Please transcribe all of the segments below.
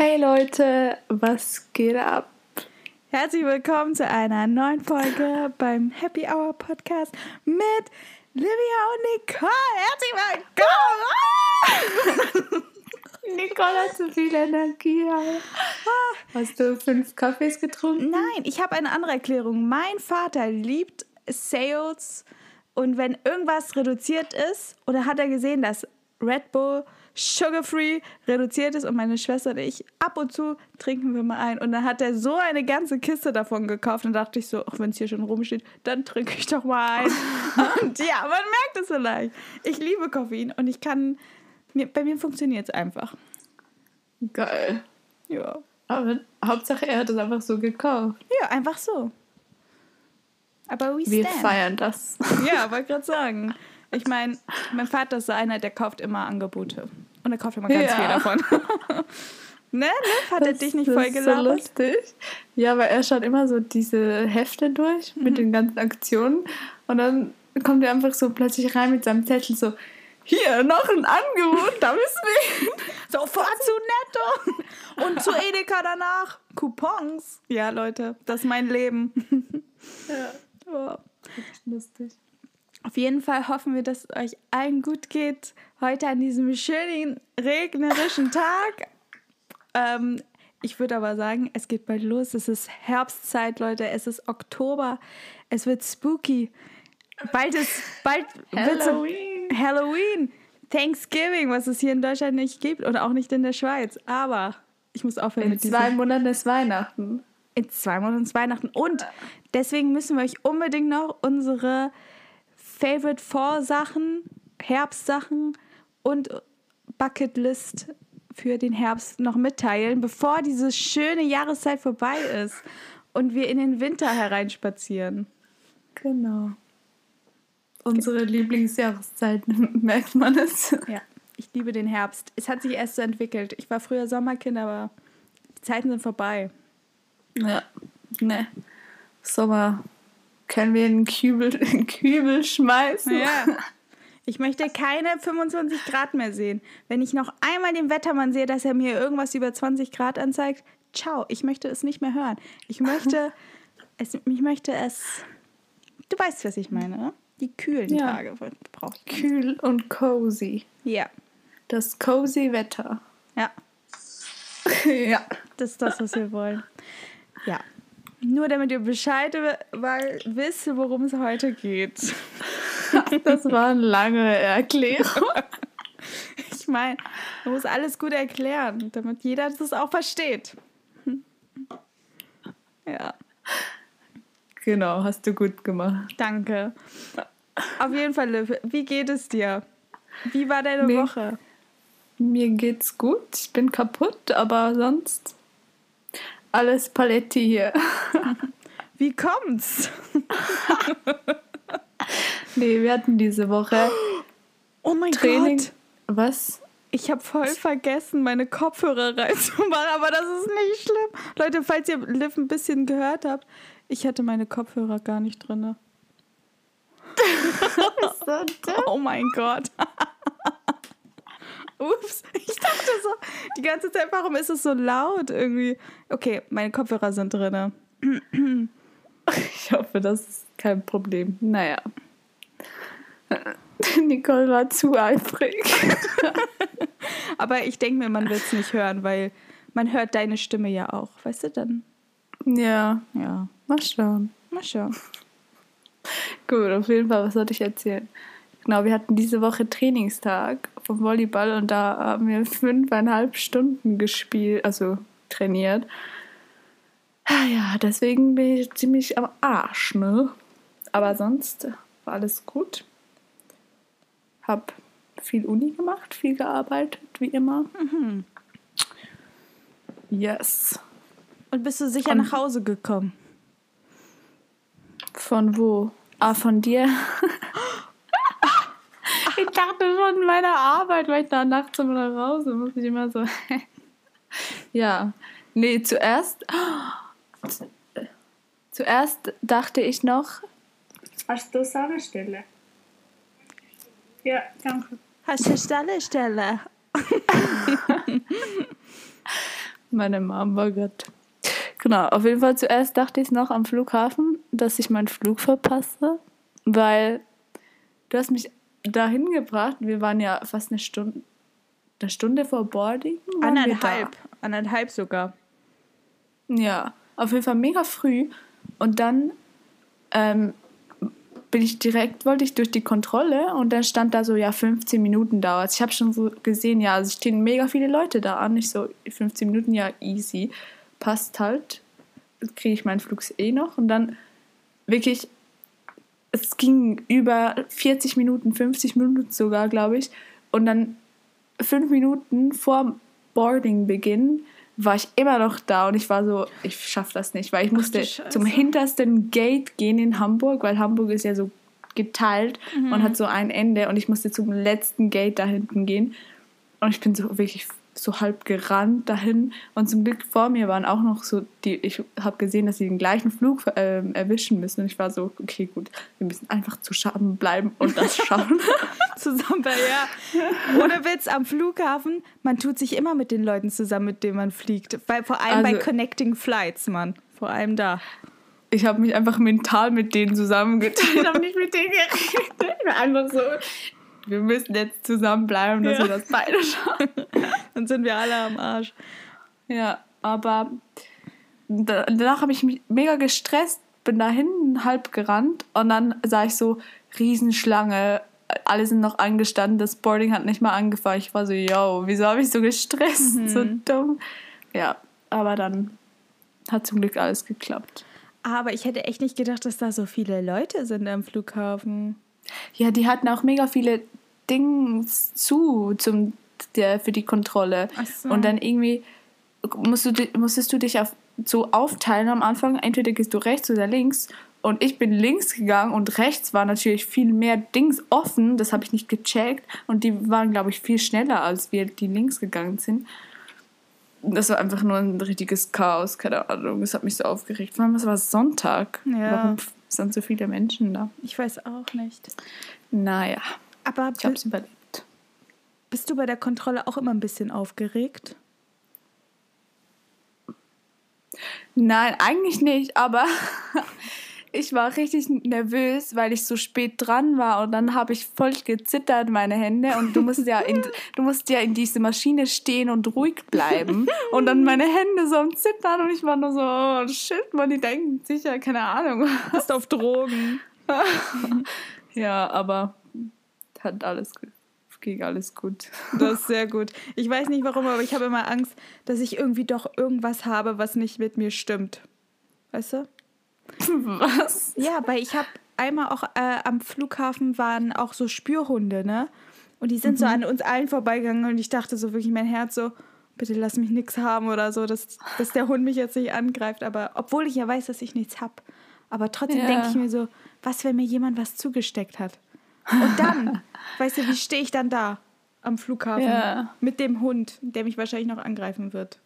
Hey Leute, was geht ab? Herzlich willkommen zu einer neuen Folge beim Happy Hour Podcast mit Livia und Nicole. Herzlich willkommen! Nicole hat so viel Energie. Hast du 5 Kaffees getrunken? Nein, ich habe eine andere Erklärung. Mein Vater liebt Sales und wenn irgendwas reduziert ist, oder hat er gesehen, dass Red Bull sugar-free reduziert ist und meine Schwester und ich ab und zu trinken wir mal ein. Und dann hat er so eine ganze Kiste davon gekauft und dachte ich so, auch wenn es hier schon rumsteht, dann trinke ich doch mal ein. Und ja, man merkt es vielleicht. Ich liebe Koffein und bei mir funktioniert es einfach. Geil. Ja. Aber Hauptsache, er hat es einfach so gekauft. Ja, einfach so. Aber wir feiern das. Ja, wollte gerade sagen. Ich meine, mein Vater ist so einer, der kauft immer Angebote. Und er kauft immer ganz viel davon. Ne? Hat er dich nicht voll gelabert? Das ist so lustig. Ja, weil er schaut immer so diese Hefte durch mit den ganzen Aktionen. Und dann kommt er einfach so plötzlich rein mit seinem Zettel so, hier, noch ein Angebot, da müssen wir hin. Sofort zu Netto. Und zu Edeka danach. Coupons. Ja, Leute, das ist mein Leben. Ja. Oh. Echt lustig. Auf jeden Fall hoffen wir, dass es euch allen gut geht. Heute an diesem schönen, regnerischen Tag. Ich würde aber sagen, es geht bald los. Es ist Herbstzeit, Leute. Es ist Oktober. Es wird spooky. Bald Halloween. Halloween. Thanksgiving, was es hier in Deutschland nicht gibt und auch nicht in der Schweiz. Aber ich muss aufhören mit diesem... In 2 Monaten ist Weihnachten. In 2 Monaten ist Weihnachten. Und deswegen müssen wir euch unbedingt noch unsere Favorite Fall-Sachen, Herbstsachen und Bucketlist für den Herbst noch mitteilen, bevor diese schöne Jahreszeit vorbei ist und wir in den Winter hereinspazieren. Genau. Unsere Lieblingsjahreszeiten, merkt man es. Ja, ich liebe den Herbst. Es hat sich erst so entwickelt. Ich war früher Sommerkind, aber die Zeiten sind vorbei. Ja, ne. Sommer können wir in den Kübel schmeißen. Ja. Ich möchte keine 25 Grad mehr sehen. Wenn ich noch einmal den Wettermann sehe, dass er mir irgendwas über 20 Grad anzeigt, ciao, ich möchte es nicht mehr hören. Ich möchte es, du weißt, was ich meine, ne? Die kühlen Tage brauche ich. Kühl und cozy. Ja. Das cozy Wetter. Ja. Ja. Das ist das, was wir wollen. Ja. Nur damit ihr Bescheid wisst, worum es heute geht. Das war eine lange Erklärung. Ich meine, man muss alles gut erklären, damit jeder das auch versteht. Ja. Genau, hast du gut gemacht. Danke. Auf jeden Fall, Liv, wie geht es dir? Wie war deine Woche? Mir geht's gut. Ich bin kaputt, aber sonst alles Paletti hier. Wie kommt's? Nee, wir hatten diese Woche Oh mein Training. Gott. Was? Ich habe voll vergessen, meine Kopfhörer reinzumachen, aber das ist nicht schlimm. Leute, falls ihr Liv ein bisschen gehört habt, ich hatte meine Kopfhörer gar nicht drin. Oh mein Gott. Ups, ich dachte so, die ganze Zeit, warum ist es so laut irgendwie? Okay, meine Kopfhörer sind drin. Ich hoffe, das ist kein Problem. Naja. Nicole war zu eifrig. Aber ich denke mir, man wird es nicht hören, weil man hört deine Stimme ja auch. Weißt du dann? Ja. Ja. Mal schauen. Gut, auf jeden Fall, was sollte ich erzählen? Genau, wir hatten diese Woche Trainingstag vom Volleyball und da haben wir 5,5 Stunden gespielt, also trainiert. Ja, deswegen bin ich ziemlich am Arsch, ne? Aber sonst war alles gut. Hab viel Uni gemacht, viel gearbeitet, wie immer. Mhm. Yes. Und bist du sicher nach Hause gekommen? Von wo? Ah, von dir? Ich dachte von meiner Arbeit, weil ich da nachts immer nach Hause muss ich immer so. Ja. Nee, zuerst dachte ich noch. Hast du Sahne-Stelle? Ja, danke. Hast du Stelle? Meine Mom war gut. Genau, auf jeden Fall zuerst dachte ich noch am Flughafen, dass ich meinen Flug verpasse, weil du hast mich dahin gebracht. Wir waren ja fast eine Stunde vor Boarding. Anderthalb sogar. Ja, auf jeden Fall mega früh. Und dann wollte ich durch die Kontrolle und dann stand da so, ja, 15 Minuten dauert. Ich habe schon so gesehen, ja, also stehen mega viele Leute da an. Ich so, 15 Minuten, ja, easy. Passt halt. Kriege ich meinen Flug noch. Und dann wirklich, es ging über 40 Minuten, 50 Minuten sogar, glaube ich. Und dann 5 Minuten vor Boarding-Beginn war ich immer noch da und ich war so, ich schaffe das nicht, weil ich musste zum hintersten Gate gehen in Hamburg, weil Hamburg ist ja so geteilt und hat so ein Ende und ich musste zum letzten Gate da hinten gehen und ich bin so wirklich so halb gerannt dahin und zum Glück vor mir waren auch noch so, ich habe gesehen, dass sie den gleichen Flug erwischen müssen und ich war so, okay, gut, wir müssen einfach zusammen bleiben und das schaffen. Zusammen, ja. Ohne Witz, am Flughafen, man tut sich immer mit den Leuten zusammen, mit denen man fliegt. Weil, vor allem bei Connecting Flights, Mann. Vor allem da. Ich habe mich einfach mental mit denen zusammengetan. Ich habe nicht mit denen geredet. Ich war einfach so, wir müssen jetzt zusammenbleiben, dass wir das beide schaffen. Dann sind wir alle am Arsch. Ja, aber danach habe ich mich mega gestresst, bin da hinten halb gerannt und dann sah ich so, Riesenschlange, alle sind noch angestanden, das Boarding hat nicht mal angefangen. Ich war so, yo, wieso habe ich so gestresst? So dumm. Ja, aber dann hat zum Glück alles geklappt. Aber ich hätte echt nicht gedacht, dass da so viele Leute sind am Flughafen. Ja, die hatten auch mega viele Dinge für die Kontrolle. Ach so. Und dann irgendwie musstest du dich so aufteilen am Anfang. Entweder gehst du rechts oder links. Und ich bin links gegangen und rechts war natürlich viel mehr Dings offen. Das habe ich nicht gecheckt. Und die waren, glaube ich, viel schneller, als wir, die links gegangen sind. Das war einfach nur ein richtiges Chaos. Keine Ahnung. Das hat mich so aufgeregt. Vor allem, es war Sonntag. Ja. Warum sind so viele Menschen da? Ich weiß auch nicht. Naja. Aber ich habe es überlebt. Bist du bei der Kontrolle auch immer ein bisschen aufgeregt? Nein, eigentlich nicht, aber ich war richtig nervös, weil ich so spät dran war und dann habe ich voll gezittert, meine Hände, und du musst ja in diese Maschine stehen und ruhig bleiben und dann meine Hände so am Zittern und ich war nur so, oh shit, man, die denken sicher, keine Ahnung. Bist auf Drogen. Ja, aber ging alles gut. Das ist sehr gut. Ich weiß nicht warum, aber ich habe immer Angst, dass ich irgendwie doch irgendwas habe, was nicht mit mir stimmt. Weißt du? Was? Ja, weil ich habe einmal auch am Flughafen waren auch so Spürhunde, ne? Und die sind so an uns allen vorbeigegangen und ich dachte so wirklich, mein Herz so, bitte lass mich nichts haben oder so, dass der Hund mich jetzt nicht angreift. Aber obwohl ich ja weiß, dass ich nichts habe. Aber trotzdem denke ich mir so, was, wenn mir jemand was zugesteckt hat? Und dann, weißt du, wie stehe ich dann da am Flughafen mit dem Hund, der mich wahrscheinlich noch angreifen wird?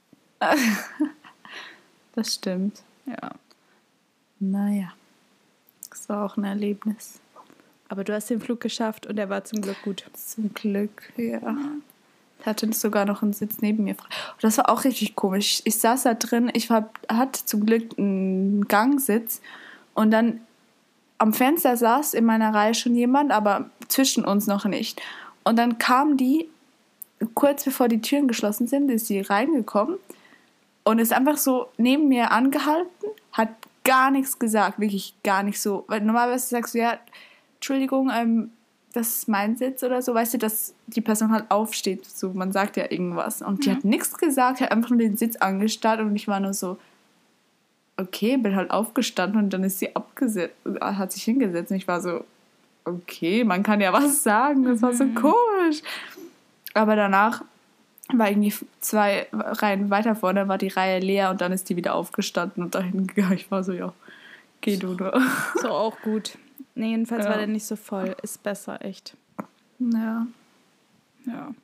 Das stimmt. Ja. Naja, das war auch ein Erlebnis. Aber du hast den Flug geschafft und er war zum Glück gut. Zum Glück, ja. Ich hatte sogar noch einen Sitz neben mir frei. Das war auch richtig komisch. Ich saß da drin, hatte zum Glück einen Gangsitz und dann am Fenster saß in meiner Reihe schon jemand, aber zwischen uns noch nicht. Und dann kam die, kurz bevor die Türen geschlossen sind, ist sie reingekommen und ist einfach so neben mir angehalten, hat gar nichts gesagt, wirklich gar nicht so. Weil normalerweise sagst du, ja, Entschuldigung, das ist mein Sitz oder so, weißt du, dass die Person halt aufsteht, so, man sagt ja irgendwas. Und die hat nichts gesagt, hat einfach nur den Sitz angestarrt und ich war nur so, okay, bin halt aufgestanden und dann ist sie hat sich hingesetzt und ich war so, okay, man kann ja was sagen, das war so komisch. Aber danach war irgendwie 2 Reihen weiter vorne, war die Reihe leer und dann ist die wieder aufgestanden und dahin gegangen. Ich war so, ja, geh du nur. So auch gut. Nee, jedenfalls war der nicht so voll. Ist besser, echt. Ja. Ja.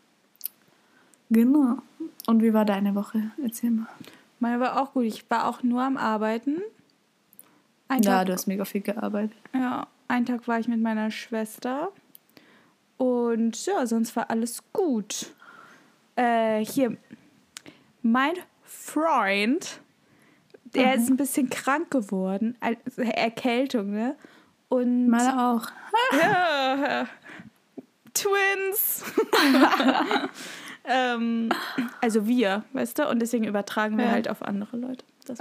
Genau. Und wie war deine Woche? Erzähl mal. Meine war auch gut. Ich war auch nur am Arbeiten. Du hast mega viel gearbeitet. Ja, einen Tag war ich mit meiner Schwester. Und ja, sonst war alles gut. Hier, mein Freund, der ist ein bisschen krank geworden. Also Erkältung, ne? Und Meine auch. ja, Twins. Also wir, weißt du? Und deswegen übertragen wir halt auf andere Leute. Das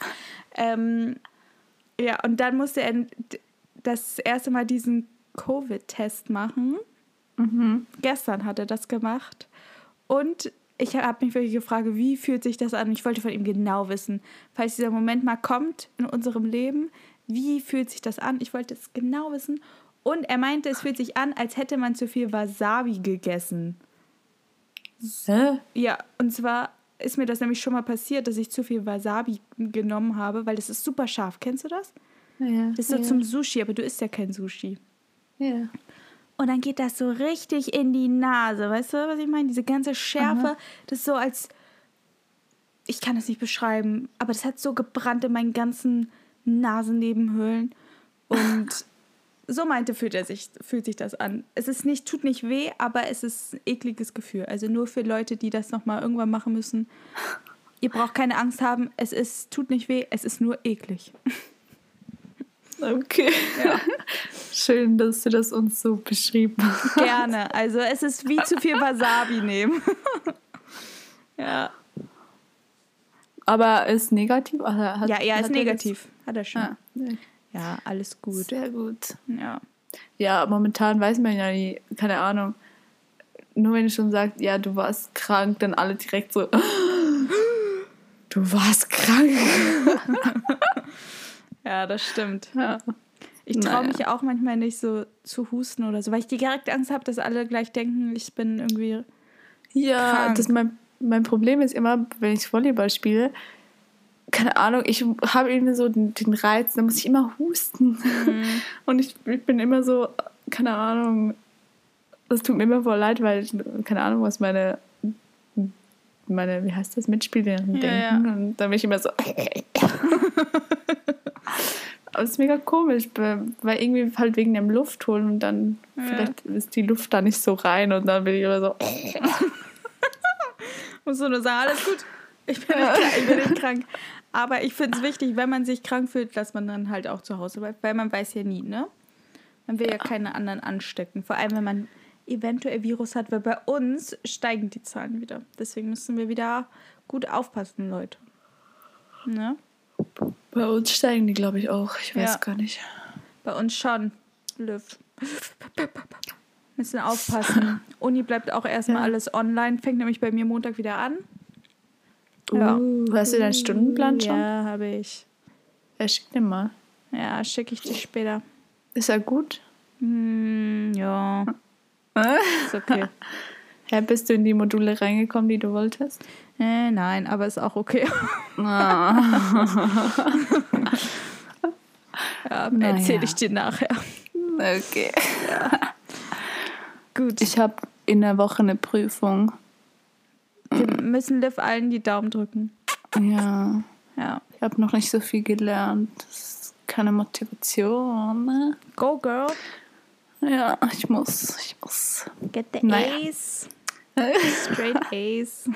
ja, und dann musste er das erste Mal diesen Covid-Test machen. Gestern hat er das gemacht. Und ich habe mich wirklich gefragt, wie fühlt sich das an? Ich wollte von ihm genau wissen, falls dieser Moment mal kommt in unserem Leben, wie fühlt sich das an? Ich wollte es genau wissen. Und er meinte, es fühlt sich an, als hätte man zu viel Wasabi gegessen. Hä? Ja, und zwar ist mir das nämlich schon mal passiert, dass ich zu viel Wasabi genommen habe, weil das ist super scharf. Kennst du das? Ja. Das ist so zum Sushi, aber du isst ja kein Sushi. Ja. Und dann geht das so richtig in die Nase. Weißt du, was ich meine? Diese ganze Schärfe, das ist so als... Ich kann das nicht beschreiben, aber das hat so gebrannt in meinen ganzen Nasennebenhöhlen. Und so meinte, fühlt sich das an. Tut nicht weh, aber es ist ein ekliges Gefühl. Also nur für Leute, die das nochmal irgendwann machen müssen. Ihr braucht keine Angst haben. Tut nicht weh, es ist nur eklig. Okay. Ja. Schön, dass du das uns so beschrieben hast. Gerne. Also es ist wie zu viel Wasabi nehmen. Ja. Aber ist negativ? Also Ist negativ. Hat er schon. Ah, Ja, alles gut. sehr gut. Ja. Ja, momentan weiß man ja nie, keine Ahnung. Nur wenn du schon sagst, ja, du warst krank, dann alle direkt so, du warst krank. Ja, das stimmt. Ja. Ich traue mich auch manchmal nicht so zu husten oder so, weil ich direkt Angst habe, dass alle gleich denken, ich bin irgendwie Ja, krank. Mein Problem ist immer, wenn ich Volleyball spiele, keine Ahnung, ich habe irgendwie so den Reiz, da muss ich immer husten. Und ich bin immer so, keine Ahnung, das tut mir immer voll leid, weil ich, keine Ahnung, was meine, wie heißt das, Mitspielerinnen denken. Ja. Und dann bin ich immer so. Aber es ist mega komisch, weil irgendwie halt wegen dem Luftholen und dann vielleicht ist die Luft da nicht so rein und dann bin ich immer so. Musst du nur sagen, alles gut, ich bin nicht krank. Aber ich finde es wichtig, wenn man sich krank fühlt, dass man dann halt auch zu Hause bleibt, weil man weiß ja nie, ne? Man will ja keine anderen anstecken. Vor allem, wenn man eventuell Virus hat, weil bei uns steigen die Zahlen wieder. Deswegen müssen wir wieder gut aufpassen, Leute. Ne? Bei uns steigen die, glaube ich, auch. Ich weiß gar nicht. Bei uns schon. Müssen aufpassen. Uni bleibt auch erstmal alles online. Fängt nämlich bei mir Montag wieder an. Ja. Hast du deinen Stundenplan schon? Ja, habe ich. Ja, schick den mal. Ja, schicke ich dir später. Ist er gut? Ja. Ist okay. Ja, bist du in die Module reingekommen, die du wolltest? Nein, aber ist auch okay. Ja, erzähle ich dir nachher. Okay. Ja. Gut. Ich habe in der Woche eine Prüfung. Wir müssen Liv allen die Daumen drücken. Ja. Ja. Ich habe noch nicht so viel gelernt. Das ist keine Motivation. Ne? Go, girl. Ja, ich muss. Get the Naja. Ace. Straight Ace.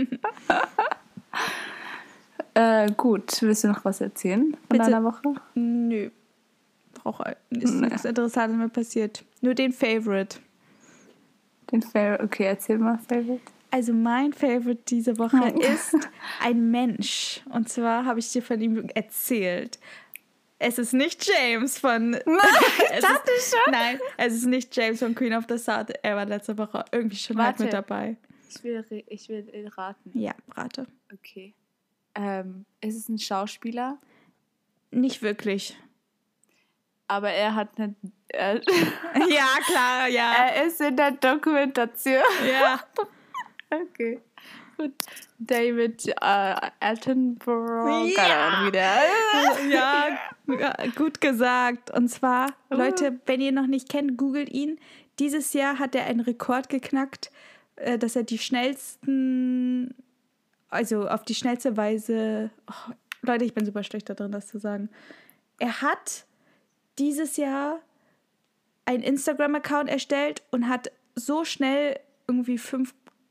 Gut, willst du noch was erzählen von Bitte. deiner Woche? Nö. Ist nichts Interessantes mehr passiert. Nur den Favorite. Den Favorite. Okay, erzähl mal Favorite. Also mein Favorite diese Woche ist ein Mensch. Und zwar habe ich dir von ihm erzählt. Es ist nicht James von... Ich dachte schon. Nein, es ist nicht James von Queen of the South. Er war letzte Woche irgendwie schon halt mit dabei. Ich will raten. Ja, rate. Okay. Ist es ein Schauspieler? Nicht wirklich. Aber er hat eine... Ja, klar, ja. Er ist in der Dokumentation. Ja. Okay. Gut. David Attenborough. Keine Ahnung, wie der Ja, gut gesagt. Und zwar, Leute, wenn ihr noch nicht kennt, googelt ihn. Dieses Jahr hat er einen Rekord geknackt, dass er die schnellsten, also auf die schnellste Weise, Leute, ich bin super schlecht da drin, das zu sagen. Er hat dieses Jahr einen Instagram-Account erstellt und hat so schnell irgendwie 5,8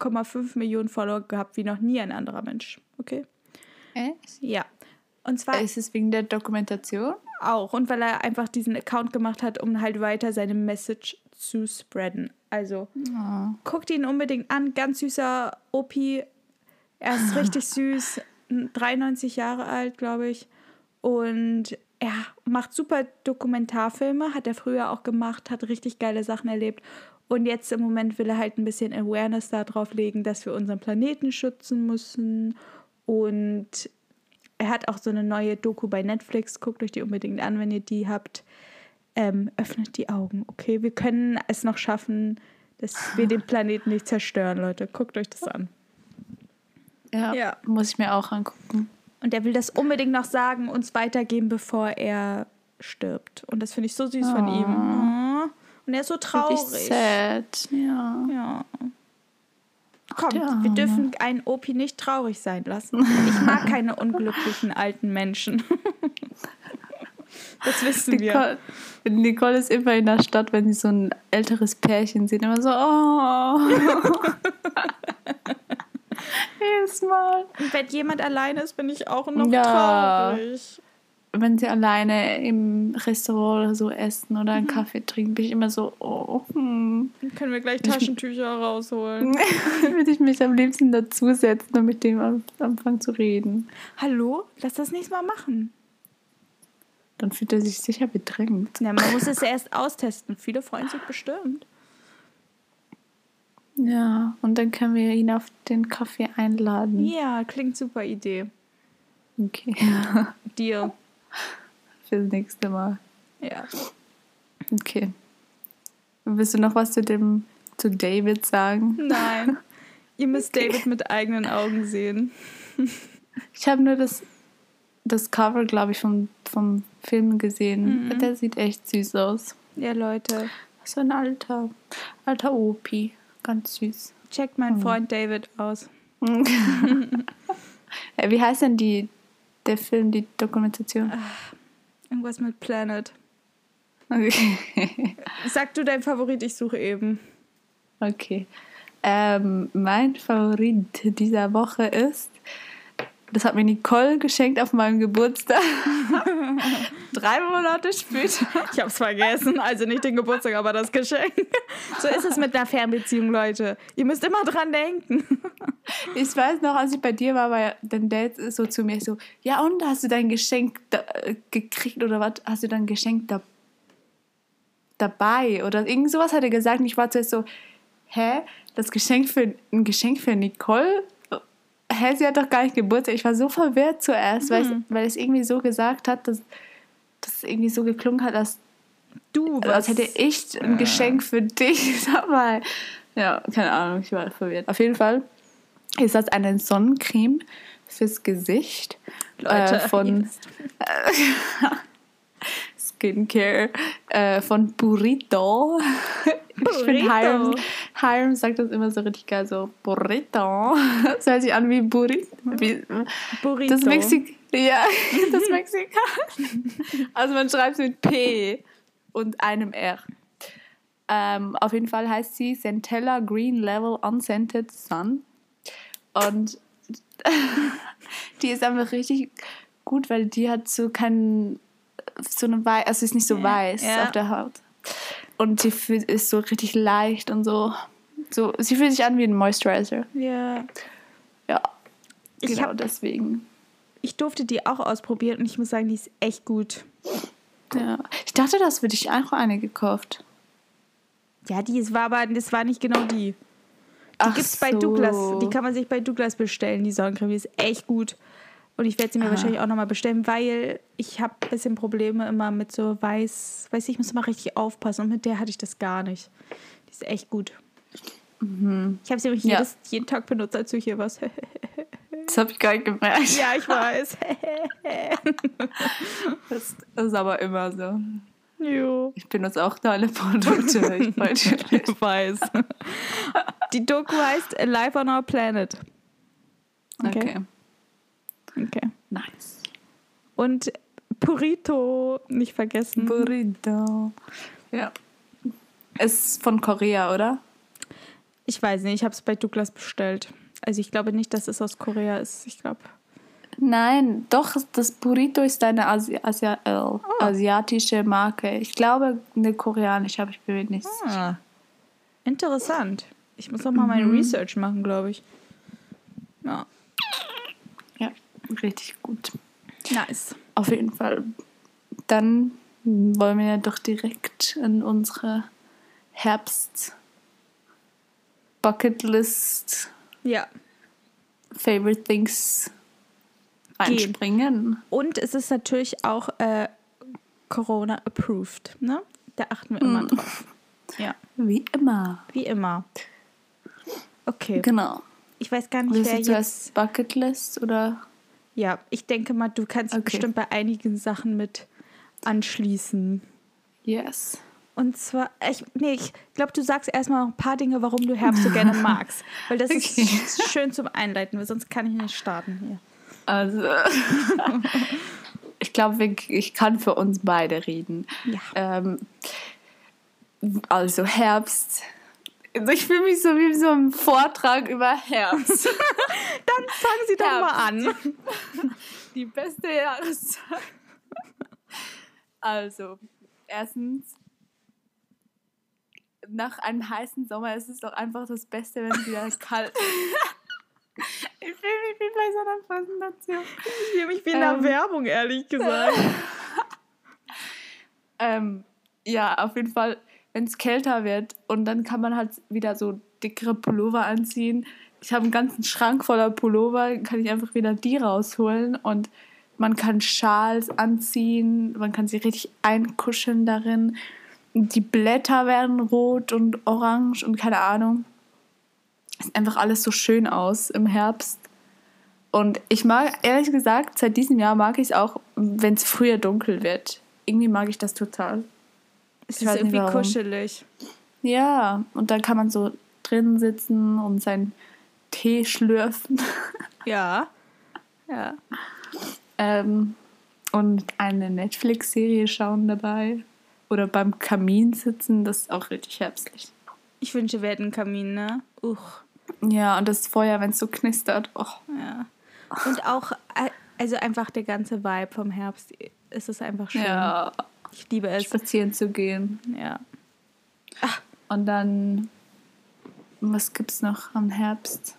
5,5 Millionen Follower gehabt wie noch nie ein anderer Mensch. Okay? Echt? Ja. Und zwar Ist es wegen der Dokumentation? auch. Und weil er einfach diesen Account gemacht hat, um halt weiter seine Message zu spreaden. Also, guckt ihn unbedingt an. Ganz süßer Opi. Er ist richtig süß. 93 Jahre alt, glaube ich. Und er macht super Dokumentarfilme. Hat er früher auch gemacht. Hat richtig geile Sachen erlebt. Und jetzt im Moment will er halt ein bisschen Awareness darauf legen, dass wir unseren Planeten schützen müssen. Und er hat auch so eine neue Doku bei Netflix. Guckt euch die unbedingt an, wenn ihr die habt. Öffnet die Augen, okay? Wir können es noch schaffen, dass wir den Planeten nicht zerstören, Leute. Guckt euch das an. Ja, muss ich mir auch angucken. Und er will das unbedingt noch sagen, uns weitergeben, bevor er stirbt. Und das finde ich so süß von ihm. Oh. Und er ist so traurig. Sad, ja. Komm, wir dürfen einen Opi nicht traurig sein lassen. Ich mag keine unglücklichen alten Menschen. Das wissen wir. Nicole ist immer in der Stadt, wenn sie so ein älteres Pärchen sieht, immer so, oh. Jedes Mal. Und wenn jemand alleine ist, bin ich auch noch traurig. Wenn sie alleine im Restaurant oder so essen oder einen Kaffee trinken, bin ich immer so, oh. Dann können wir gleich Taschentücher rausholen. Würde ich mich am liebsten dazusetzen und mit dem anfangen zu reden. Hallo? Lass das nächstes Mal machen. Dann fühlt er sich sicher bedrängt. Ja, man muss es erst austesten. Viele freuen sich bestimmt. Ja, und dann können wir ihn auf den Kaffee einladen. Ja, klingt super Idee. Okay. Deal. Fürs nächste Mal. Ja. Okay. Willst du noch was zu David sagen? Nein. Ihr müsst David mit eigenen Augen sehen. Ich habe nur das Cover, glaube ich, vom Film gesehen. Der sieht echt süß aus. Ja, Leute. So ein alter Opi. Ganz süß. Checkt meinen Freund David aus. Wie heißt denn der Film, die Dokumentation? Irgendwas mit Planet. Okay. Sag du dein Favorit, ich suche eben. Okay. Mein Favorit dieser Woche ist, das hat mir Nicole geschenkt auf meinem Geburtstag. 3 Monate später. Ich hab's vergessen. Also nicht den Geburtstag, aber das Geschenk. So ist es mit einer Fernbeziehung, Leute. Ihr müsst immer dran denken. Ich weiß noch, als ich bei dir war dein Dad so zu mir so, ja und, hast du dein Geschenk gekriegt oder was? Hast du dein Geschenk dabei? Oder irgend sowas hat er gesagt. Und ich war zuerst so, hä? Ein Geschenk für Nicole? Hä, sie hat doch gar nicht Geburtstag. Ich war so verwirrt zuerst, weil es irgendwie so gesagt hat, dass es irgendwie so geklungen hat, als hätte ich ein Geschenk für dich dabei. Ja, keine Ahnung, ich war verwirrt. Auf jeden Fall ist das eine Sonnencreme fürs Gesicht. Leute, von Skincare von Burrito. Ich finde, Hiram sagt das immer so richtig geil, so Burrito. Das hört sich an wie Burrito. Burrito. Das Mexikaner. Also man schreibt es mit P und einem R. Auf jeden Fall heißt sie Centella Green Level Unscented Sun. Und die ist einfach richtig gut, weil die hat so eine weiß, also ist nicht so weiß auf der Haut. Und sie ist so richtig leicht und so. Sie fühlt sich an wie ein Moisturizer. Ja. Ja, genau deswegen. Ich durfte die auch ausprobieren und ich muss sagen, die ist echt gut. Ja. Ich dachte, das würde ich auch eine gekauft. Ja, das war nicht genau die. Die gibt's bei Douglas. Die kann man sich bei Douglas bestellen, die Sonnencreme. Die ist echt gut. Und ich werde sie mir wahrscheinlich auch nochmal bestellen, weil ich habe ein bisschen Probleme immer mit so weiß, ich muss immer richtig aufpassen. Und mit der hatte ich das gar nicht. Die ist echt gut. Ich habe sie nämlich jeden Tag benutzt, als du hier warst. Das habe ich gar nicht gemerkt. Ja, ich weiß. Das ist aber immer so. Jo. Ich benutze auch deine Produkte. Ich weiß. Die Doku heißt Life on Our Planet. Okay. Nice. Und Burrito, nicht vergessen. Burrito. Ja. Ist von Korea, oder? Ich weiß nicht, ich habe es bei Douglas bestellt. Also ich glaube nicht, dass es aus Korea ist. Ich glaube. Nein, doch, das Burrito ist eine asiatische Marke. Ich glaube, eine koreanische, aber ich bin mir nicht sicher. Interessant. Ich muss noch mal meine Research machen, glaube ich. Ja. Ja, richtig gut. Nice. Auf jeden Fall. Dann wollen wir ja doch direkt in unsere Herbst-Bucketlist Ja. Favorite Things einspringen. Und es ist natürlich auch Corona-approved, ne? Da achten wir immer drauf. Ja. Wie immer. Wie immer. Okay. Genau. Ich weiß gar nicht, Willst wer du jetzt... zuerst Bucketlist oder? Ja, ich denke mal, du kannst dich bestimmt bei einigen Sachen mit anschließen. Yes. Und zwar, ich glaube, du sagst erstmal noch ein paar Dinge, warum du Herbst so gerne magst. Weil das ist schön zum Einleiten, weil sonst kann ich nicht starten hier. Also, ich glaube, ich kann für uns beide reden. Ja. Also Herbst. Ich fühle mich so wie so ein Vortrag über Herbst. Dann fangen Sie doch mal an. Die beste Jahreszeit. Also, erstens, nach einem heißen Sommer ist es doch einfach das Beste, wenn es wieder kalt ist. Ich fühle mich wie bei so einer Präsentation. Ich fühle mich wie in einer Werbung, ehrlich gesagt. Ja, auf jeden Fall, wenn es kälter wird und dann kann man halt wieder so dickere Pullover anziehen. Ich habe einen ganzen Schrank voller Pullover, kann ich einfach wieder die rausholen und man kann Schals anziehen, man kann sie richtig einkuscheln darin. Die Blätter werden rot und orange und keine Ahnung. Es sieht einfach alles so schön aus im Herbst. Und ich mag, ehrlich gesagt, seit diesem Jahr mag ich es auch, wenn es früher dunkel wird. Irgendwie mag ich das total. Es ist irgendwie kuschelig. Ja, und dann kann man so drin sitzen und seinen Tee schlürfen. Ja. Ja. Und eine Netflix-Serie schauen dabei. Oder beim Kamin sitzen, das ist auch richtig herbstlich. Ich wünsche, wir hätten einen Kamin, ne? Ja, und das Feuer, wenn es so knistert. Oh. Ja. Und auch, also einfach der ganze Vibe vom Herbst, ist es einfach schön. Ja. Ich liebe es. Spazieren zu gehen. Ja. Und dann, was gibt's noch am Herbst?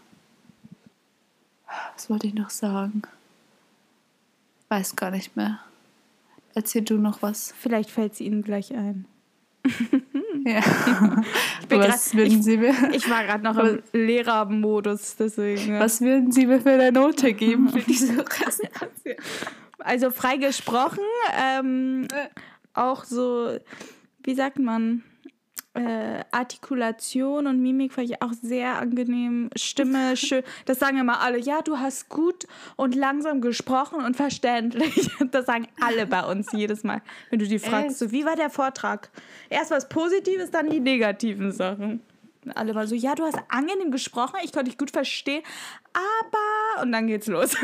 Was wollte ich noch sagen? Weiß gar nicht mehr. Erzähl du noch was. Vielleicht fällt es Ihnen gleich ein. Ja. Was würden Sie mir? Ich war gerade noch im Lehrermodus, deswegen. Was würden Sie mir für eine Note geben für diese Präsentation? Also frei gesprochen, auch so, wie sagt man, Artikulation und Mimik fand ich auch sehr angenehm. Stimme, schön. Das sagen immer alle. Ja, du hast gut und langsam gesprochen und verständlich. Das sagen alle bei uns jedes Mal, wenn du die fragst. So, wie war der Vortrag? Erst was Positives, dann die negativen Sachen. Und alle mal so, ja, du hast angenehm gesprochen, ich konnte dich gut verstehen, aber... Und dann geht's los.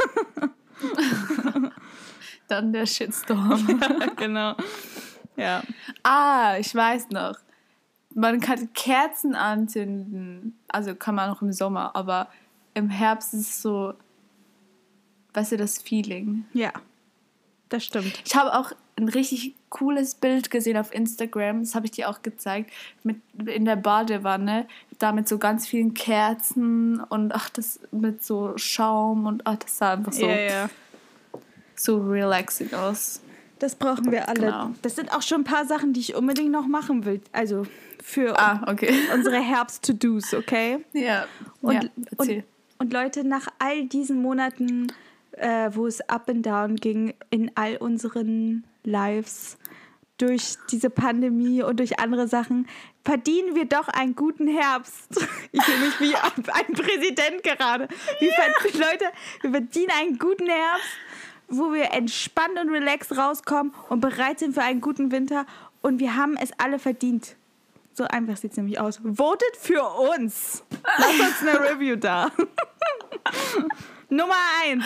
Dann der Shitstorm. Ja, genau. Ja. Ich weiß noch. Man kann Kerzen anzünden. Also kann man auch im Sommer, aber im Herbst ist es so, weißt du, das Feeling. Ja, das stimmt. Ich habe auch ein richtig cooles Bild gesehen auf Instagram, das habe ich dir auch gezeigt, in der Badewanne, da mit so ganz vielen Kerzen und das mit so Schaum und das sah einfach so relaxing aus. Das brauchen wir alle. Genau. Das sind auch schon ein paar Sachen, die ich unbedingt noch machen will. Also für unsere Herbst-To-Dos, okay? Ja, erzähl. Und Leute, nach all diesen Monaten, wo es up and down ging in all unseren Lives, durch diese Pandemie und durch andere Sachen, verdienen wir doch einen guten Herbst. Ich fühle mich wie ein Präsident gerade. Leute, wir verdienen einen guten Herbst, wo wir entspannt und relaxed rauskommen und bereit sind für einen guten Winter. Und wir haben es alle verdient. So einfach sieht es nämlich aus. Votet für uns. Lasst uns eine Review da. Nummer 1.